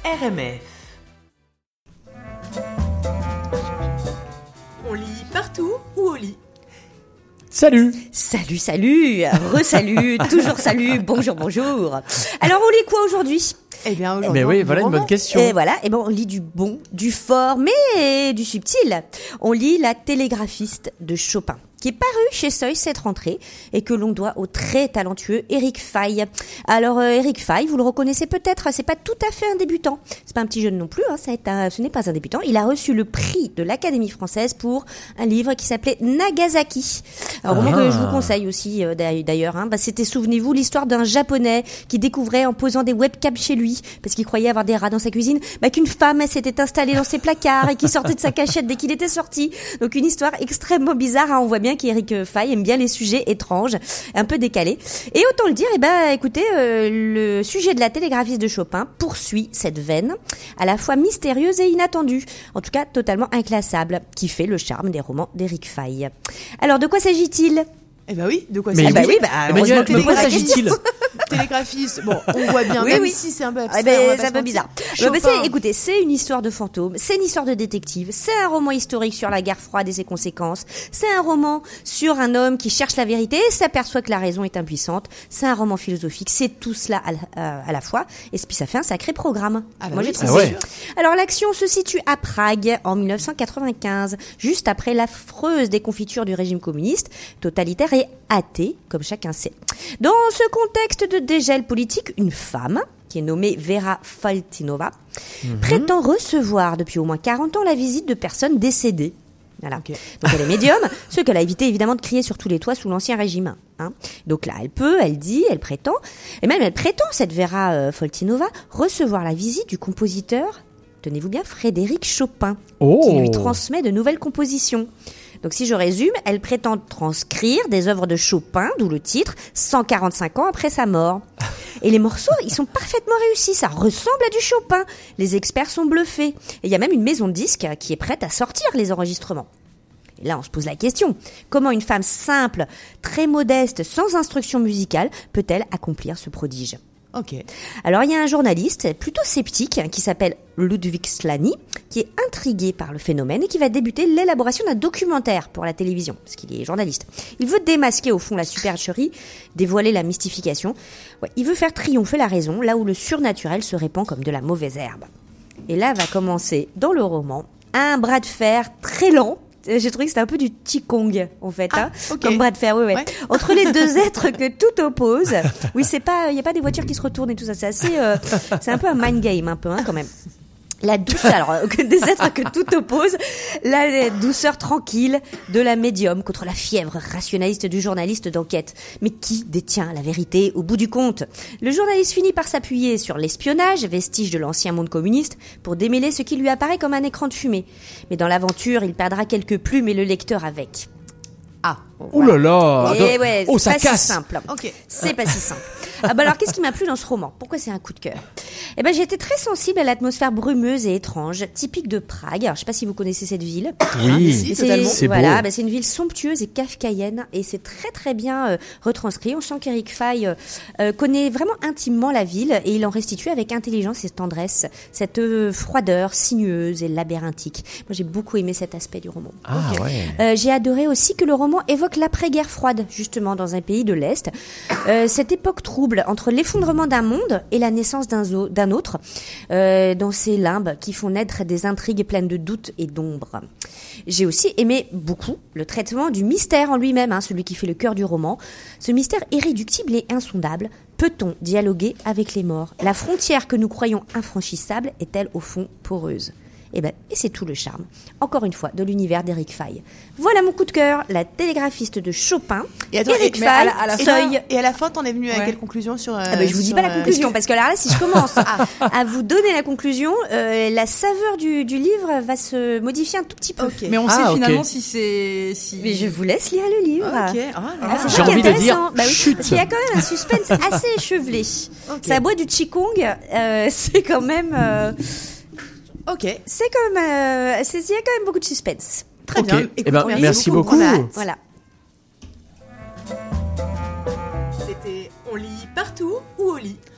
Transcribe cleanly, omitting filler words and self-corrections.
RMF. On lit partout ou au lit? Salut. Salut, re-salut, toujours salut, bonjour. Alors on lit quoi aujourd'hui? Eh bien aujourd'hui. Mais oui, voilà une bonne question. Et voilà, et ben on lit du bon, du fort, mais du subtil. On lit La Télégraphiste de Chopin, qui est paru chez Seuil cette rentrée et que l'on doit au très talentueux Éric Faye. Alors Éric Faye, vous le reconnaissez peut-être, c'est pas tout à fait un débutant. C'est pas un petit jeune non plus, ce n'est pas un débutant. Il a reçu le prix de l'Académie française pour un livre qui s'appelait Nagasaki. Un roman que je vous conseille aussi d'ailleurs. C'était, souvenez-vous, l'histoire d'un Japonais qui découvrait en posant des webcams chez lui, parce qu'il croyait avoir des rats dans sa cuisine, qu'une femme s'était installée dans ses placards et qui sortait de sa cachette dès qu'il était sorti. Donc une histoire extrêmement bizarre, on voit bien qu'Éric Faye aime bien les sujets étranges, un peu décalés. Et autant le dire, écoutez, le sujet de La Télégraphiste de Chopin poursuit cette veine, à la fois mystérieuse et inattendue, en tout cas totalement inclassable, qui fait le charme des romans d'Éric Faye. Alors, de quoi s'agit-il ? Eh ben oui, de quoi Mais s'agit-il? Emmanuel, de quoi s'agit-il ? Télégraphiste, bon, on voit bien, Oui, même oui. si c'est un peu abstrait. on va C'est pas un se peu mentir. bizarre. Chopin. Écoutez, c'est une histoire de fantôme, c'est une histoire de détective, c'est un roman historique sur la guerre froide et ses conséquences, c'est un roman sur un homme qui cherche la vérité et s'aperçoit que la raison est impuissante, c'est un roman philosophique, c'est tout cela à la fois, et puis ça fait un sacré programme. Ah bah Moi, oui, j'ai c'est trouvé. sûr. Alors l'action se situe à Prague en 1995, juste après l'affreuse déconfiture du régime communiste, totalitaire et athée, comme chacun sait. Dans ce contexte de dégel politique, une femme, qui est nommée Vera Faltinova, prétend recevoir depuis au moins 40 ans la visite de personnes décédées. Voilà. Ok. Donc elle est médium, ce qu'elle a évité évidemment de crier sur tous les toits sous l'ancien régime. Donc là, elle dit, elle prétend, et même elle prétend, cette Vera Faltinova, recevoir la visite du compositeur, tenez-vous bien, Frédéric Chopin, qui lui transmet de nouvelles compositions. Donc si je résume, elle prétend transcrire des œuvres de Chopin, d'où le titre, 145 ans après sa mort. Et les morceaux, ils sont parfaitement réussis, ça ressemble à du Chopin. Les experts sont bluffés. Et il y a même une maison de disques qui est prête à sortir les enregistrements. Et là, on se pose la question, comment une femme simple, très modeste, sans instruction musicale, peut-elle accomplir ce prodige ? Ok. Alors, il y a un journaliste plutôt sceptique qui s'appelle Ludwig Slany, qui est intrigué par le phénomène et qui va débuter l'élaboration d'un documentaire pour la télévision, parce qu'il est journaliste. Il veut démasquer au fond la supercherie, dévoiler la mystification. Ouais, il veut faire triompher la raison, là où le surnaturel se répand comme de la mauvaise herbe. Et là va commencer, dans le roman, un bras de fer très lent. J'ai trouvé que c'était un peu du Qigong, en fait, ok. comme bras de fer, ouais. Ouais. Entre les deux êtres que tout oppose. Oui, il y a pas des voitures qui se retournent et tout ça. C'est assez, c'est un peu un mind game, un peu, quand même. La douceur, alors, des êtres que tout oppose, la douceur tranquille de la médium contre la fièvre rationaliste du journaliste d'enquête. Mais qui détient la vérité au bout du compte? Le journaliste finit par s'appuyer sur l'espionnage, vestige de l'ancien monde communiste, pour démêler ce qui lui apparaît comme un écran de fumée. Mais dans l'aventure, il perdra quelques plumes et le lecteur avec. Ah. Ouh là là. Et ouais, Oh, c'est ça pas casse. si simple. Ok. C'est pas si simple. Alors, qu'est-ce qui m'a plu dans ce roman? Pourquoi c'est un coup de cœur? J'ai été très sensible à l'atmosphère brumeuse et étrange, typique de Prague. Alors, je sais pas si vous connaissez cette ville. Oui, si, Mais totalement. C'est beau. voilà, c'est une ville somptueuse et kafkaïenne et c'est très très bien retranscrit. On sent qu'Éric Faye connaît vraiment intimement la ville et il en restitue avec intelligence et tendresse cette froideur sinueuse et labyrinthique. Moi, j'ai beaucoup aimé cet aspect du roman. Ah ouais. J'ai adoré aussi que le roman évoque l'après-guerre froide, justement, dans un pays de l'Est. Cette époque trouble entre l'effondrement d'un monde et la naissance d'un autre, dans ces limbes qui font naître des intrigues pleines de doutes et d'ombre. J'ai aussi aimé beaucoup le traitement du mystère en lui-même, celui qui fait le cœur du roman. Ce mystère irréductible et insondable. Peut-on dialoguer avec les morts? La frontière que nous croyons infranchissable est-elle au fond poreuse? Et c'est tout le charme, encore une fois, de l'univers d'Éric Faye. Voilà mon coup de cœur, La Télégraphiste de Chopin, Et attends, Éric mais Faye, à la Seuil. fin, et à la fin, t'en es venu à Ouais. quelle conclusion sur Je vous dis pas la conclusion, parce que alors là, si je commence à vous donner la conclusion, la saveur du livre va se modifier un tout petit peu. Ok. Mais on sait Ah, ok. finalement si c'est... Si... Mais je vous laisse lire le livre. Ok. Ah, là, C'est J'ai ça qui est envie de dire intéressant. Oui, chut. parce qu'il y a quand même un suspense assez échevelé. Ok. Ça boit du Qigong, c'est quand même... Ok. c'est quand même... il y a quand même beaucoup de suspense. Très Ok. bien. Eh Écoute, ben, merci beaucoup. on a hâte. Voilà. C'était On lit partout ou au lit.